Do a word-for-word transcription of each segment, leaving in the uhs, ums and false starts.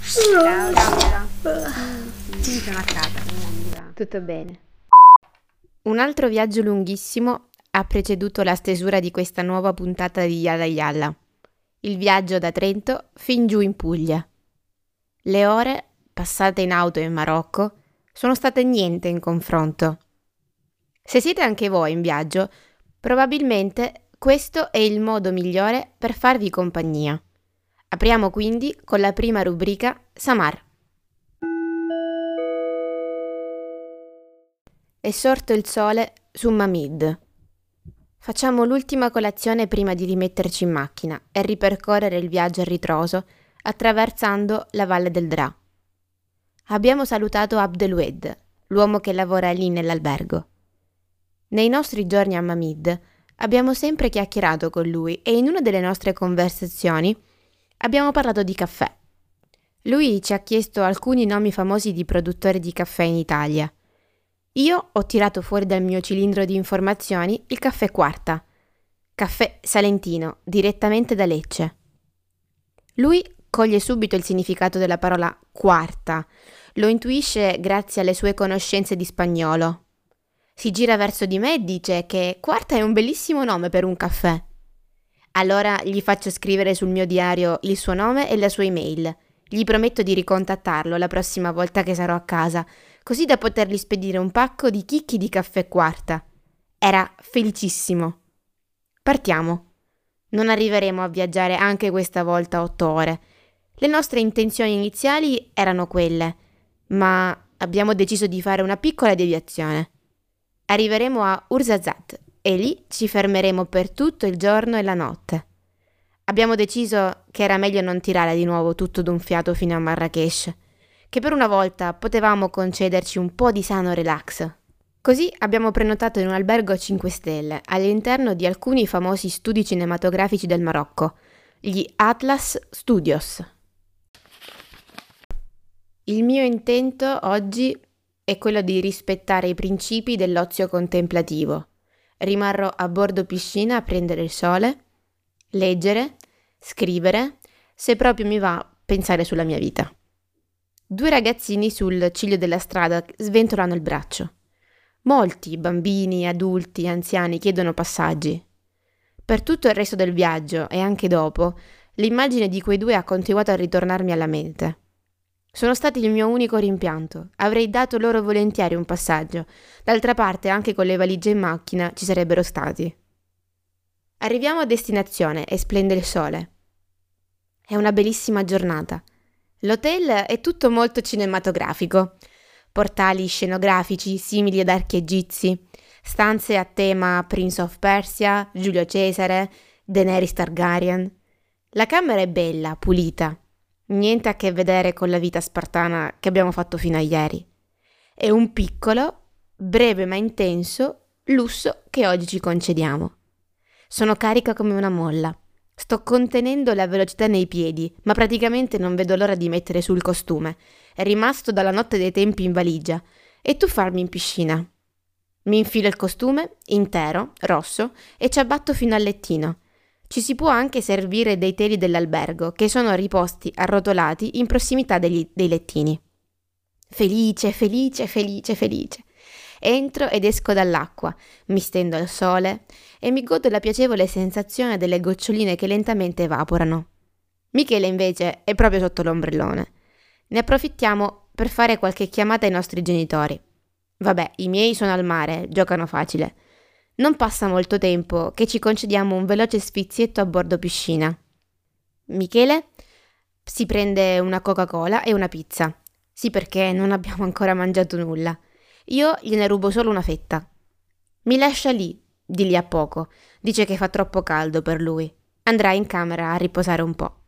Ciao, Laura. Sì, sono a casa. Tutto bene. Un altro viaggio lunghissimo ha preceduto la stesura di questa nuova puntata di Yalla Yalla. Il viaggio da Trento fin giù in Puglia. Le ore passate in auto in Marocco sono state niente in confronto. Se siete anche voi in viaggio, probabilmente questo è il modo migliore per farvi compagnia. Apriamo quindi con la prima rubrica Samar. È sorto il sole su Mamid. Facciamo l'ultima colazione prima di rimetterci in macchina e ripercorrere il viaggio a ritroso attraversando la valle del Dra. Abbiamo salutato Abdelwed, l'uomo che lavora lì nell'albergo. Nei nostri giorni a Mamid abbiamo sempre chiacchierato con lui e in una delle nostre conversazioni abbiamo parlato di caffè. Lui ci ha chiesto alcuni nomi famosi di produttori di caffè in Italia. Io ho tirato fuori dal mio cilindro di informazioni il caffè Quarta, caffè salentino, direttamente da Lecce. Lui coglie subito il significato della parola quarta, lo intuisce grazie alle sue conoscenze di spagnolo. Si gira verso di me e dice che Quarta è un bellissimo nome per un caffè. Allora gli faccio scrivere sul mio diario il suo nome e la sua email. Gli prometto di ricontattarlo la prossima volta che sarò a casa, così da potergli spedire un pacco di chicchi di caffè Quarta. Era felicissimo. Partiamo. Non arriveremo a viaggiare anche questa volta otto ore. Le nostre intenzioni iniziali erano quelle, ma abbiamo deciso di fare una piccola deviazione. Arriveremo a Ouarzazate e lì ci fermeremo per tutto il giorno e la notte. Abbiamo deciso che era meglio non tirare di nuovo tutto d'un fiato fino a Marrakech, che per una volta potevamo concederci un po' di sano relax. Così abbiamo prenotato in un albergo a cinque stelle, all'interno di alcuni famosi studi cinematografici del Marocco, gli Atlas Studios. Il mio intento oggi è quello di rispettare i principi dell'ozio contemplativo. Rimarrò a bordo piscina a prendere il sole, leggere, scrivere, se proprio mi va, pensare sulla mia vita. Due ragazzini sul ciglio della strada sventolano il braccio. Molti bambini, adulti, anziani chiedono passaggi. Per tutto il resto del viaggio e anche dopo, l'immagine di quei due ha continuato a ritornarmi alla mente. Sono stati il mio unico rimpianto. Avrei dato loro volentieri un passaggio. D'altra parte, anche con le valigie in macchina ci sarebbero stati. Arriviamo a destinazione e splende il sole. È una bellissima giornata. L'hotel è tutto molto cinematografico. Portali scenografici simili ad archi egizi, stanze a tema Prince of Persia, Giulio Cesare, Daenerys Targaryen. La camera è bella, pulita. Niente a che vedere con la vita spartana che abbiamo fatto fino a ieri. È un piccolo, breve ma intenso lusso che oggi ci concediamo. Sono carica come una molla. Sto contenendo la velocità nei piedi, ma praticamente non vedo l'ora di mettere sul costume. È rimasto dalla notte dei tempi in valigia e tuffarmi in piscina. Mi infilo il costume, intero, rosso, e ci abbatto fino al lettino. Ci si può anche servire dei teli dell'albergo, che sono riposti arrotolati in prossimità degli, dei lettini. Felice, felice, felice, felice. Entro ed esco dall'acqua, mi stendo al sole e mi godo la piacevole sensazione delle goccioline che lentamente evaporano. Michele invece è proprio sotto l'ombrellone. Ne approfittiamo per fare qualche chiamata ai nostri genitori. Vabbè, i miei sono al mare, giocano facile. Non passa molto tempo che ci concediamo un veloce sfizietto a bordo piscina. Michele si prende una Coca-Cola e una pizza. Sì, perché non abbiamo ancora mangiato nulla. Io gliene rubo solo una fetta. Mi lascia lì, di lì a poco. Dice che fa troppo caldo per lui. Andrà in camera a riposare un po'.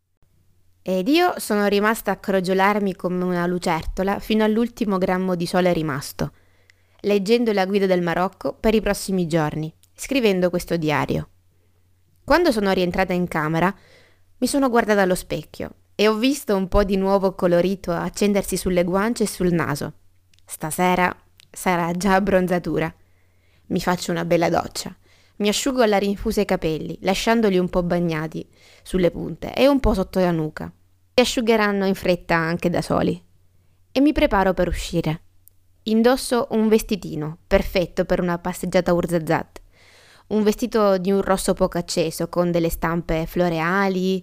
Ed io sono rimasta a crogiolarmi come una lucertola fino all'ultimo grammo di sole rimasto, leggendo la guida del Marocco per i prossimi giorni, scrivendo questo diario. Quando sono rientrata in camera, mi sono guardata allo specchio e ho visto un po' di nuovo colorito accendersi sulle guance e sul naso. Stasera sarà già abbronzatura. Mi faccio una bella doccia. Mi asciugo alla rinfusa i capelli, lasciandoli un po' bagnati sulle punte e un po' sotto la nuca. si asciugheranno in fretta anche da soli. E mi preparo per uscire. Indosso un vestitino, perfetto per una passeggiata a Ouarzazate. Un vestito di un rosso poco acceso, con delle stampe floreali,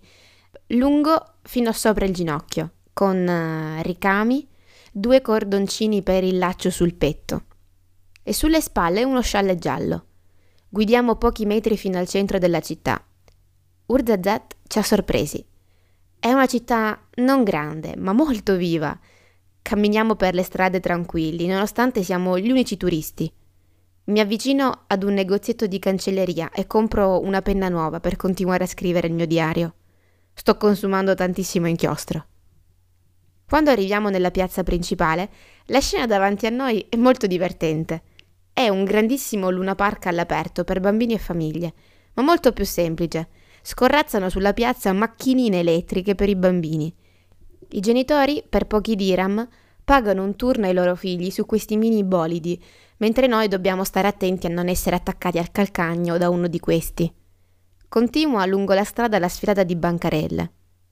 lungo fino sopra il ginocchio, con uh, ricami, due cordoncini per il laccio sul petto. E sulle spalle uno scialle giallo. Guidiamo pochi metri fino al centro della città. Ouarzazate ci ha sorpresi. È una città non grande, ma molto viva. Camminiamo per le strade tranquilli, nonostante siamo gli unici turisti. Mi avvicino ad un negozietto di cancelleria e compro una penna nuova per continuare a scrivere il mio diario. Sto consumando tantissimo inchiostro. Quando arriviamo nella piazza principale, la scena davanti a noi è molto divertente. È un grandissimo Luna Park all'aperto per bambini e famiglie, ma molto più semplice. Scorrazzano sulla piazza macchinine elettriche per i bambini. I genitori, per pochi dirham, pagano un turno ai loro figli su questi mini bolidi, mentre noi dobbiamo stare attenti a non essere attaccati al calcagno da uno di questi. Continua lungo la strada la sfilata di bancarelle.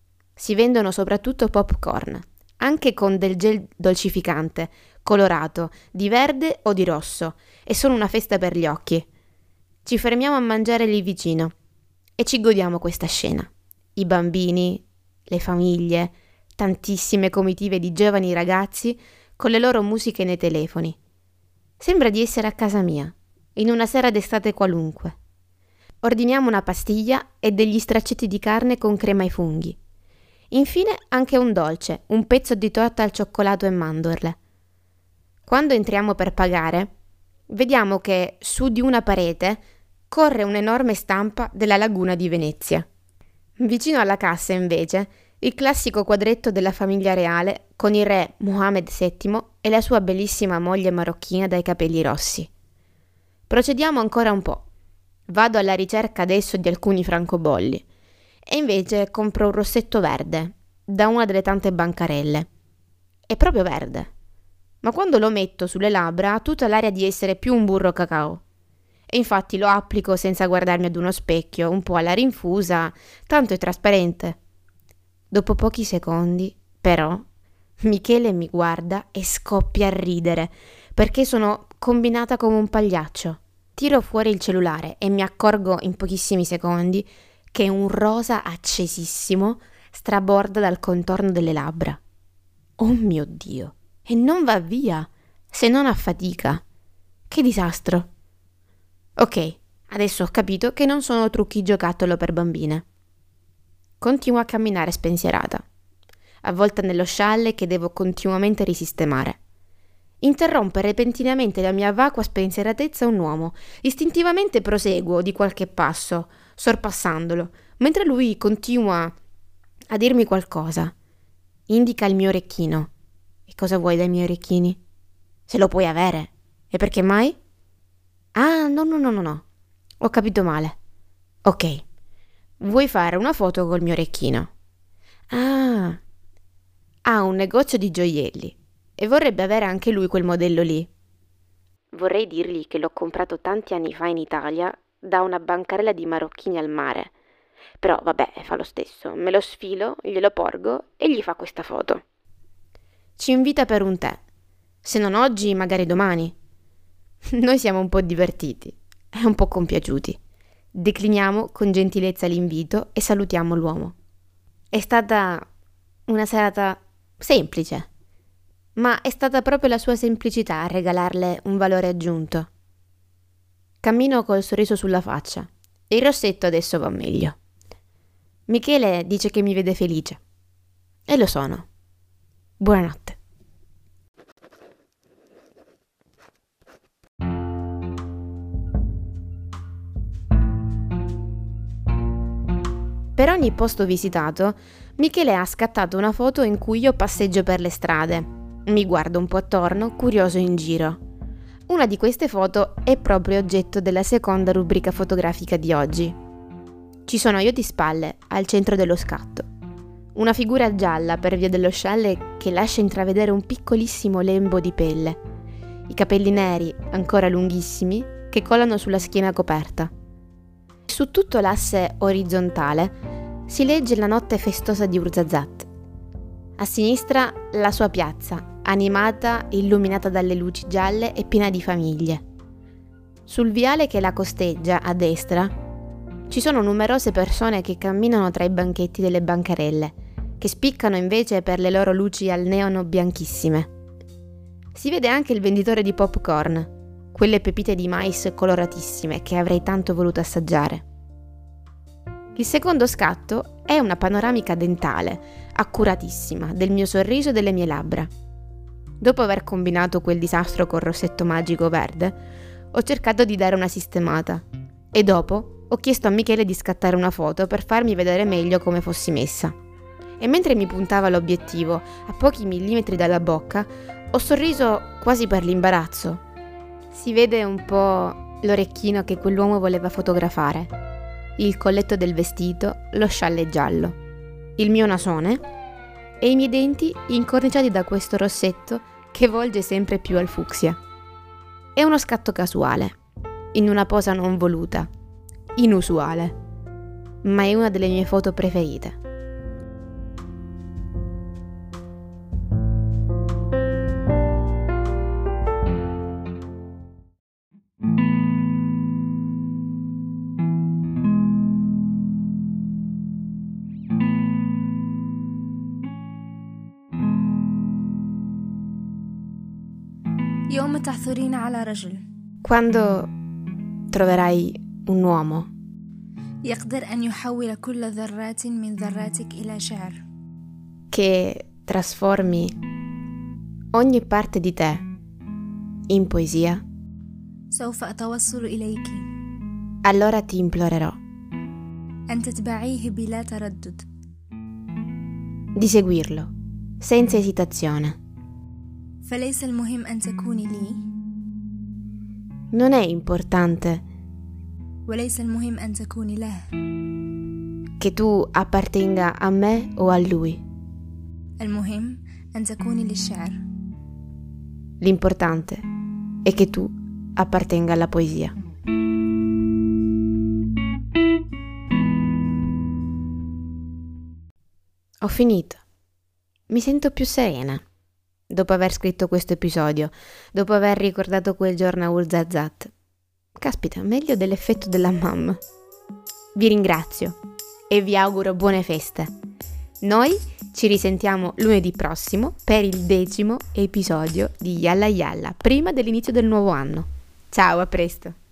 Si vendono soprattutto popcorn, anche con del gel dolcificante, colorato, di verde o di rosso, e sono una festa per gli occhi. Ci fermiamo a mangiare lì vicino e ci godiamo questa scena. I bambini, le famiglie, tantissime comitive di giovani ragazzi con le loro musiche nei telefoni. Sembra di essere a casa mia, in una sera d'estate qualunque. Ordiniamo una pastiglia e degli straccetti di carne con crema ai funghi. Infine anche un dolce, un pezzo di torta al cioccolato e mandorle. Quando entriamo per pagare, vediamo che su di una parete corre un'enorme stampa della laguna di Venezia. Vicino alla cassa, invece, il classico quadretto della famiglia reale con il re Mohammed settimo e la sua bellissima moglie marocchina dai capelli rossi. Procediamo ancora un po'. Vado alla ricerca adesso di alcuni francobolli e invece compro un rossetto verde da una delle tante bancarelle. È proprio verde, ma quando lo metto sulle labbra ha tutta l'aria di essere più un burro cacao. E infatti lo applico senza guardarmi ad uno specchio, un po' alla rinfusa, tanto è trasparente. Dopo pochi secondi, però, Michele mi guarda e scoppia a ridere, perché sono combinata come un pagliaccio. Tiro fuori il cellulare e mi accorgo in pochissimi secondi che un rosa accesissimo straborda dal contorno delle labbra. Oh mio Dio! E non va via, se non a fatica. Che disastro! Ok, adesso ho capito che non sono trucchi giocattolo per bambine. Continuo a camminare spensierata, avvolta nello scialle che devo continuamente risistemare. Interrompe repentinamente la mia vacua spensieratezza un uomo. Istintivamente proseguo di qualche passo, sorpassandolo, mentre lui continua a dirmi qualcosa. Indica il mio orecchino. E cosa vuoi dai miei orecchini? Se lo puoi avere. E perché mai? Ah, no, no, no, no, no. Ho capito male. Ok. Vuoi fare una foto col mio orecchino? Ah, ha un negozio di gioielli e vorrebbe avere anche lui quel modello lì. Vorrei dirgli che l'ho comprato tanti anni fa in Italia da una bancarella di marocchini al mare. Però vabbè, fa lo stesso. Me lo sfilo, glielo porgo e gli fa questa foto. Ci invita per un tè. Se non oggi, magari domani. Noi siamo un po' divertiti e un po' compiaciuti. Decliniamo con gentilezza l'invito e salutiamo l'uomo. È stata una serata semplice, ma è stata proprio la sua semplicità a regalarle un valore aggiunto. Cammino col sorriso sulla faccia e il rossetto adesso va meglio. Michele dice che mi vede felice. E lo sono. Buonanotte. Per ogni posto visitato, Michele ha scattato una foto in cui io passeggio per le strade. Mi guardo un po' attorno, curioso in giro. Una di queste foto è proprio oggetto della seconda rubrica fotografica di oggi. Ci sono io di spalle, al centro dello scatto. Una figura gialla per via dello scialle che lascia intravedere un piccolissimo lembo di pelle. I capelli neri, ancora lunghissimi, che colano sulla schiena coperta. Su tutto l'asse orizzontale si legge la notte festosa di Ouarzazate A sinistra la sua piazza, animata, illuminata dalle luci gialle e piena di famiglie. Sul viale che la costeggia, a destra, ci sono numerose persone che camminano tra i banchetti delle bancarelle, che spiccano invece per le loro luci al neono bianchissime. Si vede anche il venditore di popcorn, quelle pepite di mais coloratissime che avrei tanto voluto assaggiare. Il secondo scatto è una panoramica dentale, accuratissima, del mio sorriso e delle mie labbra. Dopo aver combinato quel disastro col rossetto magico verde, ho cercato di dare una sistemata e dopo ho chiesto a Michele di scattare una foto per farmi vedere meglio come fossi messa. E mentre mi puntava l'obiettivo a pochi millimetri dalla bocca, ho sorriso quasi per l'imbarazzo. Si vede un po' l'orecchino che quell'uomo voleva fotografare, il colletto del vestito, lo scialle giallo, il mio nasone e i miei denti incorniciati da questo rossetto che volge sempre più al fucsia. È uno scatto casuale, in una posa non voluta, inusuale, ma è una delle mie foto preferite. يوم تعثرين على رجل Quando troverai un uomo يقدر أن يحول كل ذرات من ذراتك إلى شعر che trasformi ogni parte di te in poesia, سوف أتوصل إليك allora ti implorerò أن تتبعيه بلا تردد di seguirlo senza esitazione. فليس المهم أن تكوني لي Non è importante وليس المهم أن تكوني له che tu appartenga a me o a lui. المهم أن تكوني للشعر L'importante è che tu appartenga alla poesia. Ho finito. Mi sento più serena dopo aver scritto questo episodio, dopo aver ricordato quel giorno a Ouarzazate. Caspita, meglio dell'effetto della mamma. Vi ringrazio e vi auguro buone feste. Noi ci risentiamo lunedì prossimo per il decimo episodio di Yalla Yalla, prima dell'inizio del nuovo anno. Ciao, a presto!